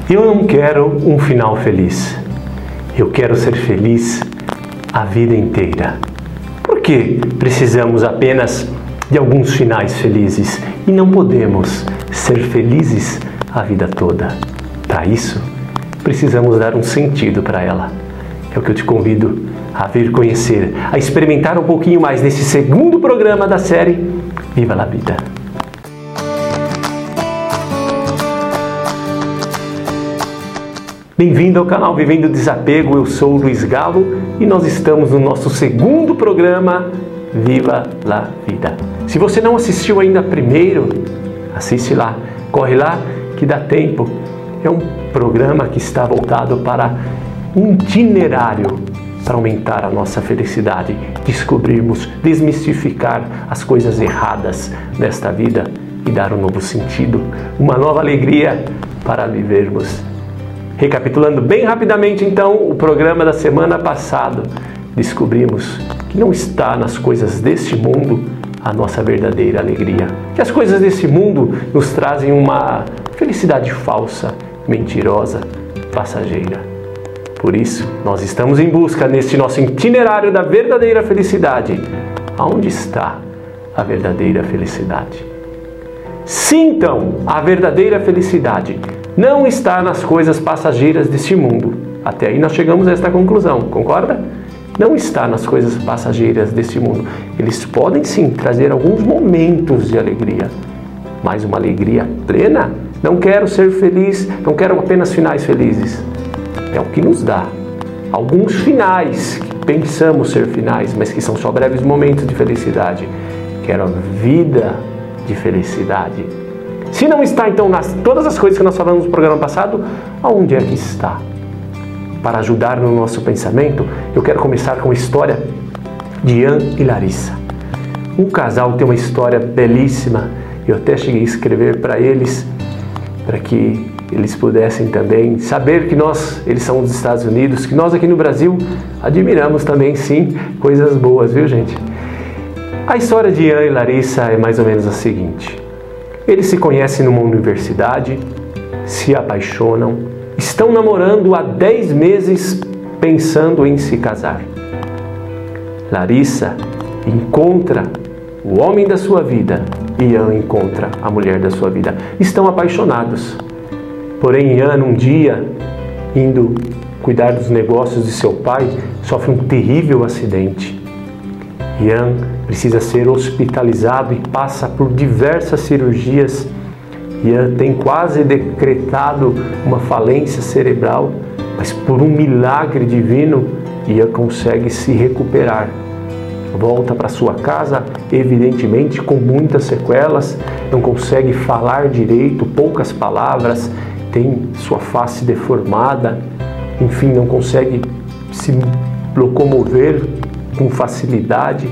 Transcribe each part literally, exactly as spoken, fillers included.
Eu não quero um final feliz. Eu quero ser feliz a vida inteira. Por que precisamos apenas de alguns finais felizes e não podemos ser felizes a vida toda? Para isso, precisamos dar um sentido para ela. É o que eu te convido a vir conhecer, a experimentar um pouquinho mais nesse segundo programa da série Viva la Vida. Bem-vindo ao canal Vivendo Desapego, eu sou o Luiz Galo e nós estamos no nosso segundo programa Viva la Vida. Se você não assistiu ainda primeiro, assiste lá, corre lá que dá tempo. É um programa que está voltado para um itinerário para aumentar a nossa felicidade, descobrirmos, desmistificar as coisas erradas desta vida e dar um novo sentido, uma nova alegria para vivermos. Recapitulando bem rapidamente então o programa da semana passada, descobrimos que não está nas coisas deste mundo a nossa verdadeira alegria. Que as coisas desse mundo nos trazem uma felicidade falsa, mentirosa, passageira. Por isso, nós estamos em busca neste nosso itinerário da verdadeira felicidade. Aonde está a verdadeira felicidade? Sintam a verdadeira felicidade. Não está nas coisas passageiras deste mundo. Até aí nós chegamos a esta conclusão, concorda? Não está nas coisas passageiras deste mundo. Eles podem sim trazer alguns momentos de alegria, mas uma alegria plena? Não quero ser feliz, não quero apenas finais felizes. É o que nos dá alguns finais que pensamos ser finais, mas que são só breves momentos de felicidade. Quero a vida de felicidade. Se não está, então, nas todas as coisas que nós falamos no programa passado, aonde é que está? Para ajudar no nosso pensamento, eu quero começar com a história de Ian e Larissa. Um casal tem uma história belíssima. Eu até cheguei a escrever para eles, para que eles pudessem também saber que nós, eles são dos Estados Unidos, que nós aqui no Brasil admiramos também, sim, coisas boas, viu, gente? A história de Ian e Larissa é mais ou menos a seguinte. Eles se conhecem numa universidade, se apaixonam, estão namorando há dez meses pensando em se casar. Larissa encontra o homem da sua vida e Ian encontra a mulher da sua vida. Estão apaixonados. Porém, Ian, um dia, indo cuidar dos negócios de seu pai, sofre um terrível acidente. Ian precisa ser hospitalizado e passa por diversas cirurgias. Ian tem quase decretado uma falência cerebral, mas por um milagre divino, Ian consegue se recuperar. Volta para sua casa, evidentemente com muitas sequelas, não consegue falar direito, poucas palavras, tem sua face deformada, enfim, não consegue se locomover com facilidade,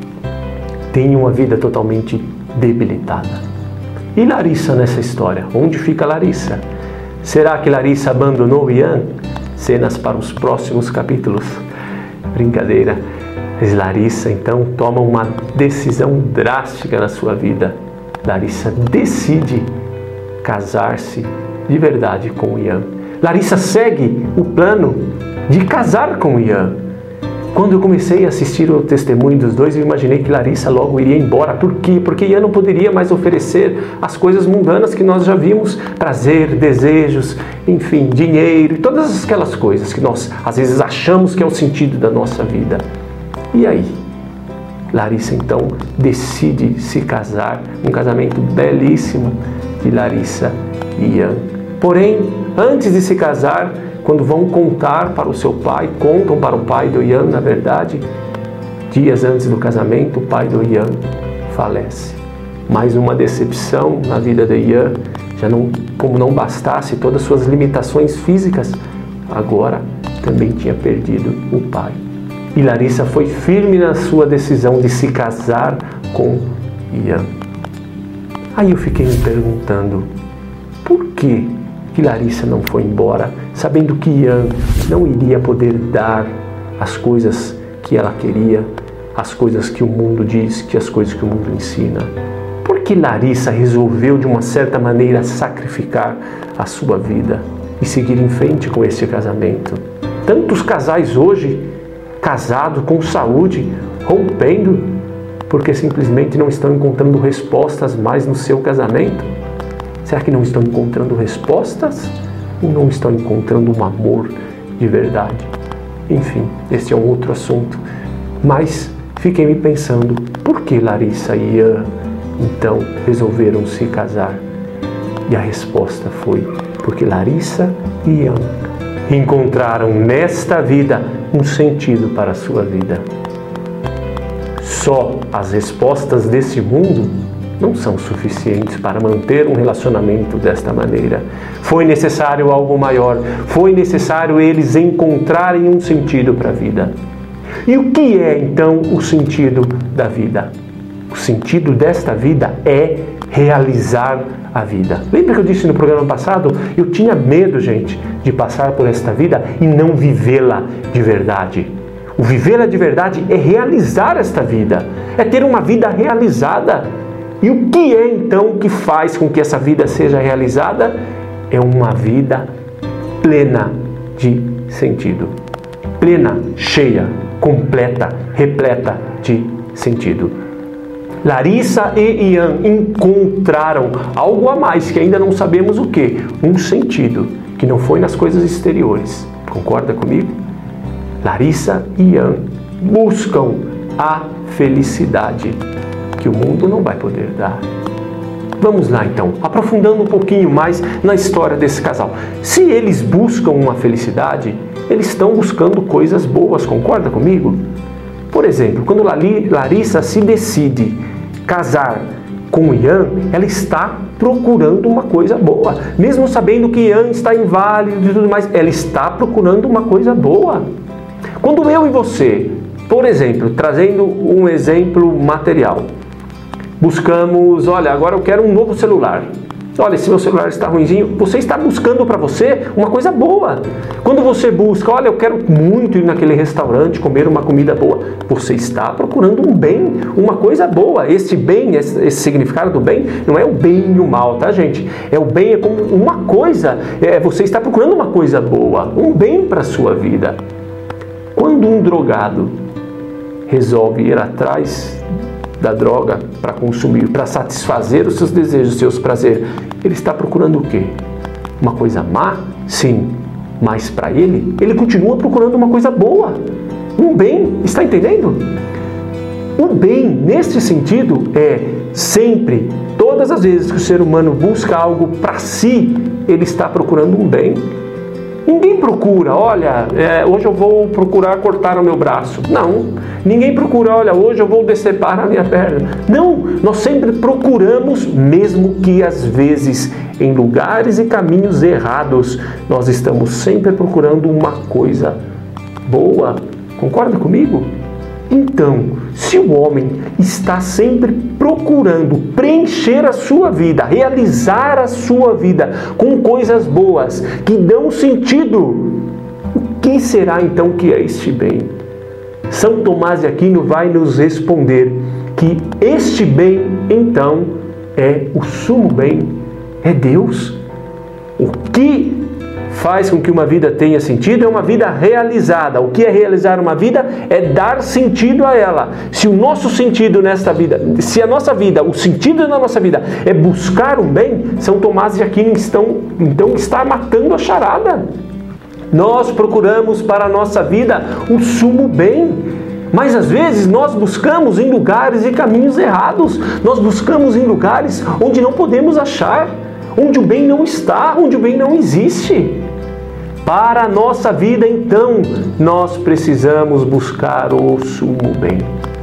tem uma vida totalmente debilitada. E Larissa nessa história? Onde fica Larissa? Será que Larissa abandonou Ian? Cenas para os próximos capítulos. Brincadeira. Mas Larissa então toma uma decisão drástica na sua vida. Larissa decide casar-se de verdade com Ian. Larissa segue o plano de casar com Ian. Quando eu comecei a assistir o testemunho dos dois, eu imaginei que Larissa logo iria embora. Por quê? Porque Ian não poderia mais oferecer as coisas mundanas que nós já vimos. Prazer, desejos, enfim, dinheiro, todas aquelas coisas que nós às vezes achamos que é o sentido da nossa vida. E aí? Larissa então decide se casar, um casamento belíssimo de Larissa e Ian. Porém, antes de se casar, quando vão contar para o seu pai, contam para o pai do Ian, na verdade, dias antes do casamento, o pai do Ian falece. Mais uma decepção na vida de Ian, já não, como não bastasse todas as suas limitações físicas, agora também tinha perdido o pai. E Larissa foi firme na sua decisão de se casar com Ian. Aí eu fiquei me perguntando, por que que Larissa não foi embora, sabendo que Ian não iria poder dar as coisas que ela queria, as coisas que o mundo diz, que as coisas que o mundo ensina? Por que Larissa resolveu de uma certa maneira sacrificar a sua vida? e seguir em frente com este casamento. Tantos casais hoje, casados com saúde, rompendo, porque simplesmente não estão encontrando respostas mais no seu casamento. Será que não estão encontrando respostas? Ou não estão encontrando um amor de verdade? Enfim, esse é um outro assunto. Mas fiquei me pensando, por que Larissa e Ian, então, resolveram se casar? E a resposta foi, porque Larissa e Ian encontraram nesta vida um sentido para a sua vida. Só as respostas desse mundo não são suficientes para manter um relacionamento desta maneira. Foi necessário algo maior, foi necessário eles encontrarem um sentido para a vida. E o que é então o sentido da vida? O sentido desta vida é realizar a vida. Lembra que eu disse no programa passado? Eu tinha medo, gente, de passar por esta vida e não vivê-la de verdade. O vivê-la de verdade é realizar esta vida, é ter uma vida realizada. E o que é então que faz com que essa vida seja realizada? É uma vida plena de sentido. Plena, cheia, completa, repleta de sentido. Larissa e Ian encontraram algo a mais, que ainda não sabemos o que, um sentido, que não foi nas coisas exteriores. Concorda comigo? Larissa e Ian buscam a felicidade que o mundo não vai poder dar. Vamos lá então, aprofundando um pouquinho mais na história desse casal. Se eles buscam uma felicidade, eles estão buscando coisas boas, concorda comigo? Por exemplo, quando Larissa se decide casar com Ian, ela está procurando uma coisa boa. Mesmo sabendo que Ian está inválido e tudo mais, ela está procurando uma coisa boa. Quando eu e você, por exemplo, trazendo um exemplo material, buscamos, olha, agora eu quero um novo celular. Olha, se meu celular está ruinzinho, você está buscando para você uma coisa boa. Quando você busca, olha, eu quero muito ir naquele restaurante, comer uma comida boa, você está procurando um bem, uma coisa boa. Esse bem, esse, esse significado do bem, não é o bem e o mal, tá, gente? É o bem, é como uma coisa, é, você está procurando uma coisa boa, um bem para a sua vida. Quando um drogado resolve ir atrás da droga para consumir, para satisfazer os seus desejos, os seus prazeres, ele está procurando o quê? Uma coisa má? Sim, mas para ele, ele continua procurando uma coisa boa, um bem, está entendendo? O bem, nesse sentido, é sempre, todas as vezes que o ser humano busca algo para si, ele está procurando um bem. Ninguém procura, olha, é, hoje eu vou procurar cortar o meu braço. Não, ninguém procura, olha, hoje eu vou decepar a minha perna. Não, nós sempre procuramos, mesmo que às vezes em lugares e caminhos errados, nós estamos sempre procurando uma coisa boa. Concorda comigo? Então, se o homem está sempre procurando preencher a sua vida, realizar a sua vida com coisas boas que dão sentido, o que será então que é este bem? São Tomás de Aquino vai nos responder que este bem, então, é o sumo bem, é Deus. O que faz com que uma vida tenha sentido é uma vida realizada. O que é realizar uma vida? É dar sentido a ela. Se o nosso sentido nesta vida, se a nossa vida, o sentido da nossa vida é buscar um bem, São Tomás de Aquino estão, então está matando a charada. Nós procuramos para a nossa vida o sumo bem. Mas às vezes nós buscamos em lugares e caminhos errados. Nós buscamos em lugares onde não podemos achar, onde o bem não está, onde o bem não existe. Para a nossa vida, então, nós precisamos buscar o sumo bem.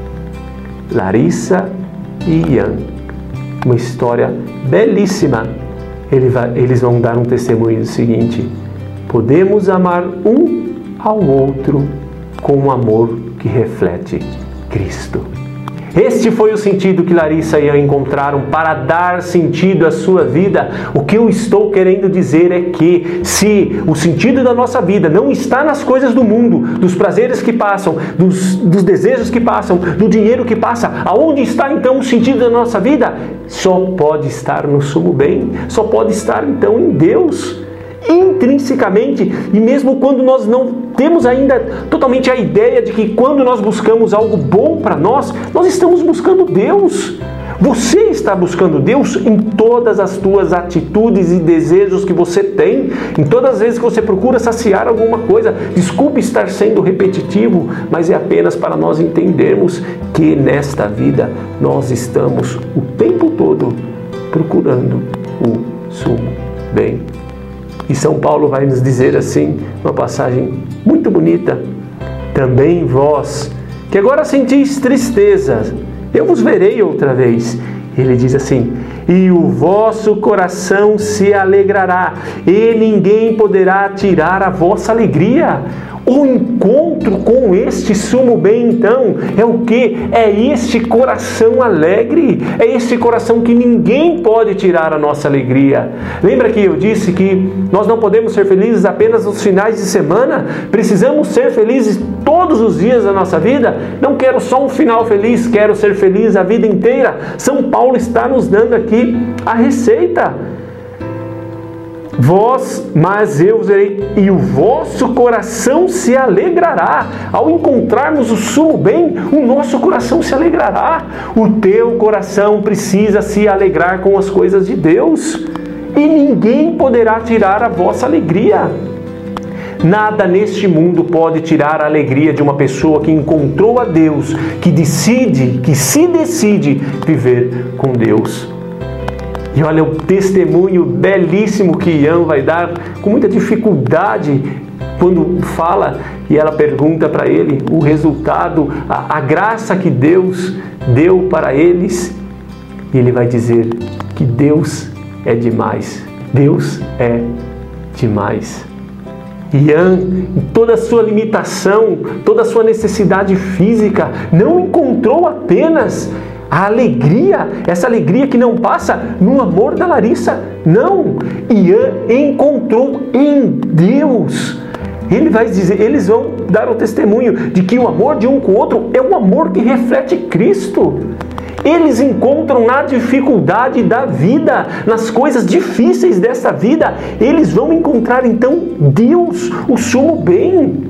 Larissa e Ian, uma história belíssima. Eles vão dar um testemunho do seguinte: podemos amar um ao outro com um amor que reflete Cristo. Este foi o sentido que Larissa e Ian encontraram para dar sentido à sua vida. O que eu estou querendo dizer é que se o sentido da nossa vida não está nas coisas do mundo, dos prazeres que passam, dos, dos desejos que passam, do dinheiro que passa, aonde está então o sentido da nossa vida? Só pode estar no sumo bem, só pode estar então em Deus. Intrinsecamente intrinsecamente, e mesmo quando nós não temos ainda totalmente a ideia de que quando nós buscamos algo bom para nós, nós estamos buscando Deus. Você está buscando Deus em todas as tuas atitudes e desejos que você tem, em todas as vezes que você procura saciar alguma coisa. Desculpe estar sendo repetitivo, mas é apenas para nós entendermos que nesta vida nós estamos o tempo todo procurando o sumo bem. E São Paulo vai nos dizer assim, uma passagem muito bonita: também vós, que agora sentis tristeza, eu vos verei outra vez. Ele diz assim: e o vosso coração se alegrará, e ninguém poderá tirar a vossa alegria. O encontro com este sumo bem, então, é o que? É este coração alegre, é este coração que ninguém pode tirar a nossa alegria. Lembra que eu disse que nós não podemos ser felizes apenas nos finais de semana? Precisamos ser felizes todos os dias da nossa vida? Não quero só um final feliz, quero ser feliz a vida inteira. São Paulo está nos dando aqui a receita. Vós, mas eu vos verei, e o vosso coração se alegrará. Ao encontrarmos o sumo bem, o nosso coração se alegrará. O teu coração precisa se alegrar com as coisas de Deus, e ninguém poderá tirar a vossa alegria. Nada neste mundo pode tirar a alegria de uma pessoa que encontrou a Deus, que decide, que se decide viver com Deus. E olha o testemunho belíssimo que Ian vai dar, com muita dificuldade, quando fala e ela pergunta para ele o resultado, a, a graça que Deus deu para eles. E ele vai dizer que Deus é demais. Deus é demais. Ian, em toda a sua limitação, toda a sua necessidade física, não encontrou apenas a alegria, essa alegria que não passa no amor da Larissa. Não, Ian encontrou em Deus. Ele vai dizer, eles vão dar o testemunho de que o amor de um com o outro é um amor que reflete Cristo. Eles encontram na dificuldade da vida, nas coisas difíceis dessa vida, eles vão encontrar então Deus, o sumo bem.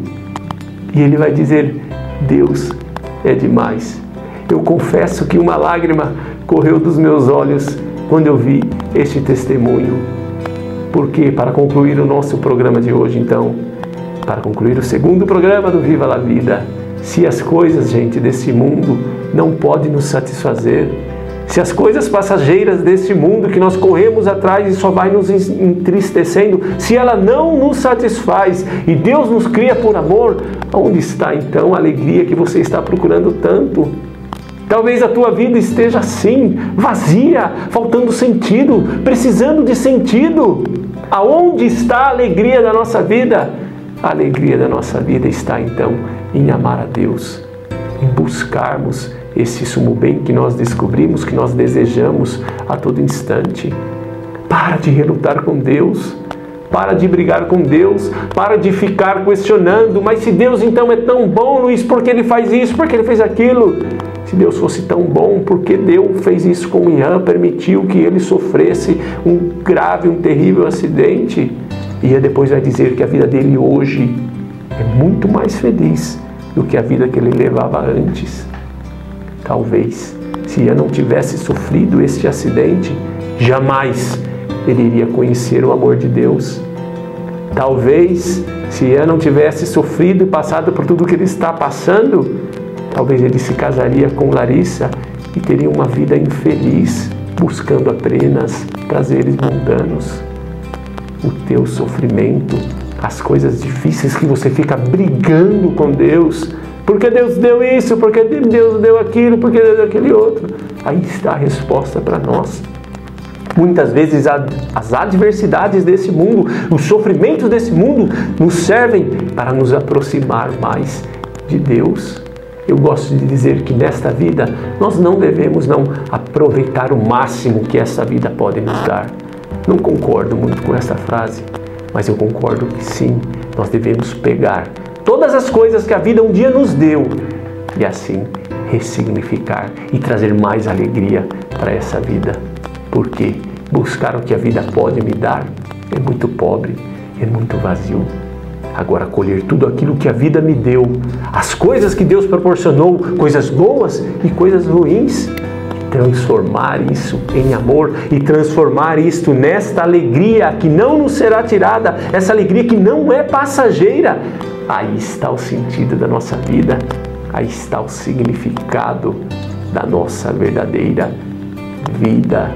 E ele vai dizer: Deus é demais. Eu confesso que uma lágrima correu dos meus olhos quando eu vi este testemunho. Porque, para concluir o nosso programa de hoje, então, para concluir o segundo programa do Viva la Vida, se as coisas, gente, desse mundo não podem nos satisfazer, se as coisas passageiras desse mundo que nós corremos atrás e só vai nos entristecendo, se ela não nos satisfaz e Deus nos cria por amor, onde está então a alegria que você está procurando tanto? Talvez a tua vida esteja assim, vazia, faltando sentido, precisando de sentido. Aonde está a alegria da nossa vida? A alegria da nossa vida está então em amar a Deus, em buscarmos esse sumo bem que nós descobrimos, que nós desejamos a todo instante. Para de relutar com Deus, para de brigar com Deus, para de ficar questionando: mas se Deus então é tão bom, Luiz, por que Ele faz isso, por que Ele fez aquilo? Se Deus fosse tão bom, por que Deus fez isso com Ian, permitiu que ele sofresse um grave, um terrível acidente? E depois vai dizer que a vida dele hoje é muito mais feliz do que a vida que ele levava antes. Talvez, se Ian não tivesse sofrido este acidente, jamais ele iria conhecer o amor de Deus. Talvez, se Ian não tivesse sofrido e passado por tudo que ele está passando, talvez ele se casaria com Larissa e teria uma vida infeliz, buscando apenas prazeres mundanos. O teu sofrimento, as coisas difíceis que você fica brigando com Deus, porque Deus deu isso, porque Deus deu aquilo, porque Deus deu aquele outro. Aí está a resposta para nós. Muitas vezes as adversidades desse mundo, os sofrimentos desse mundo nos servem para nos aproximar mais de Deus. Eu gosto de dizer que nesta vida nós não devemos não aproveitar o máximo que essa vida pode nos dar. Não concordo muito com essa frase, mas eu concordo que sim, nós devemos pegar todas as coisas que a vida um dia nos deu e assim ressignificar e trazer mais alegria para essa vida. Porque buscar o que a vida pode me dar é muito pobre. é muito vazio. Agora, colher tudo aquilo que a vida me deu, as coisas que Deus proporcionou, coisas boas e coisas ruins, transformar isso em amor e transformar isto nesta alegria que não nos será tirada, essa alegria que não é passageira. Aí está o sentido da nossa vida, aí está o significado da nossa verdadeira vida.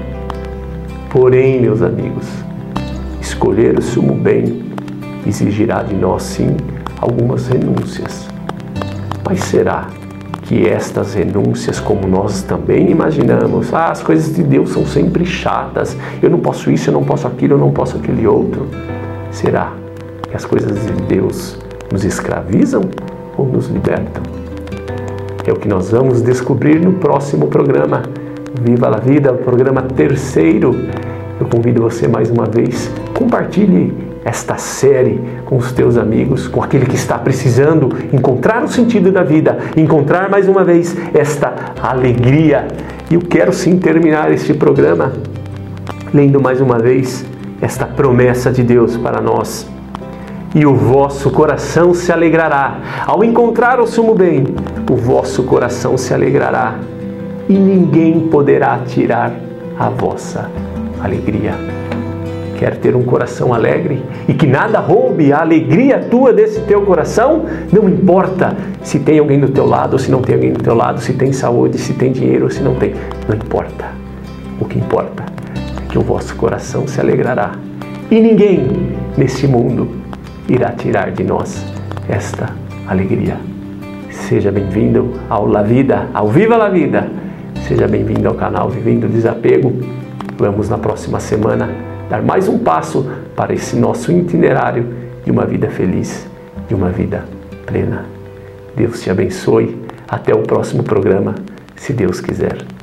Porém, meus amigos, escolher o sumo bem exigirá de nós, sim, algumas renúncias. Mas será que estas renúncias, como nós também imaginamos, ah, as coisas de Deus são sempre chatas, eu não posso isso, eu não posso aquilo, eu não posso aquele outro? Será que as coisas de Deus nos escravizam ou nos libertam? É o que nós vamos descobrir no próximo programa. Viva a Vida, o programa terceiro. Eu convido você mais uma vez, compartilhe esta série com os teus amigos, com aquele que está precisando encontrar o sentido da vida, encontrar mais uma vez esta alegria. E eu quero sim terminar este programa lendo mais uma vez esta promessa de Deus para nós. E o vosso coração se alegrará. Ao encontrar o sumo bem, o vosso coração se alegrará, e ninguém poderá tirar a vossa alegria. Quer ter um coração alegre e que nada roube a alegria tua desse teu coração? Não importa se tem alguém do teu lado ou se não tem alguém do teu lado, se tem saúde, se tem dinheiro ou se não tem. Não importa. O que importa é que o vosso coração se alegrará. E ninguém nesse mundo irá tirar de nós esta alegria. Seja bem-vindo ao La Vida, ao Viva La Vida. Seja bem-vindo ao canal Vivendo Desapego. Vamos na próxima semana dar mais um passo para esse nosso itinerário de uma vida feliz, de uma vida plena. Deus te abençoe. Até o próximo programa, se Deus quiser.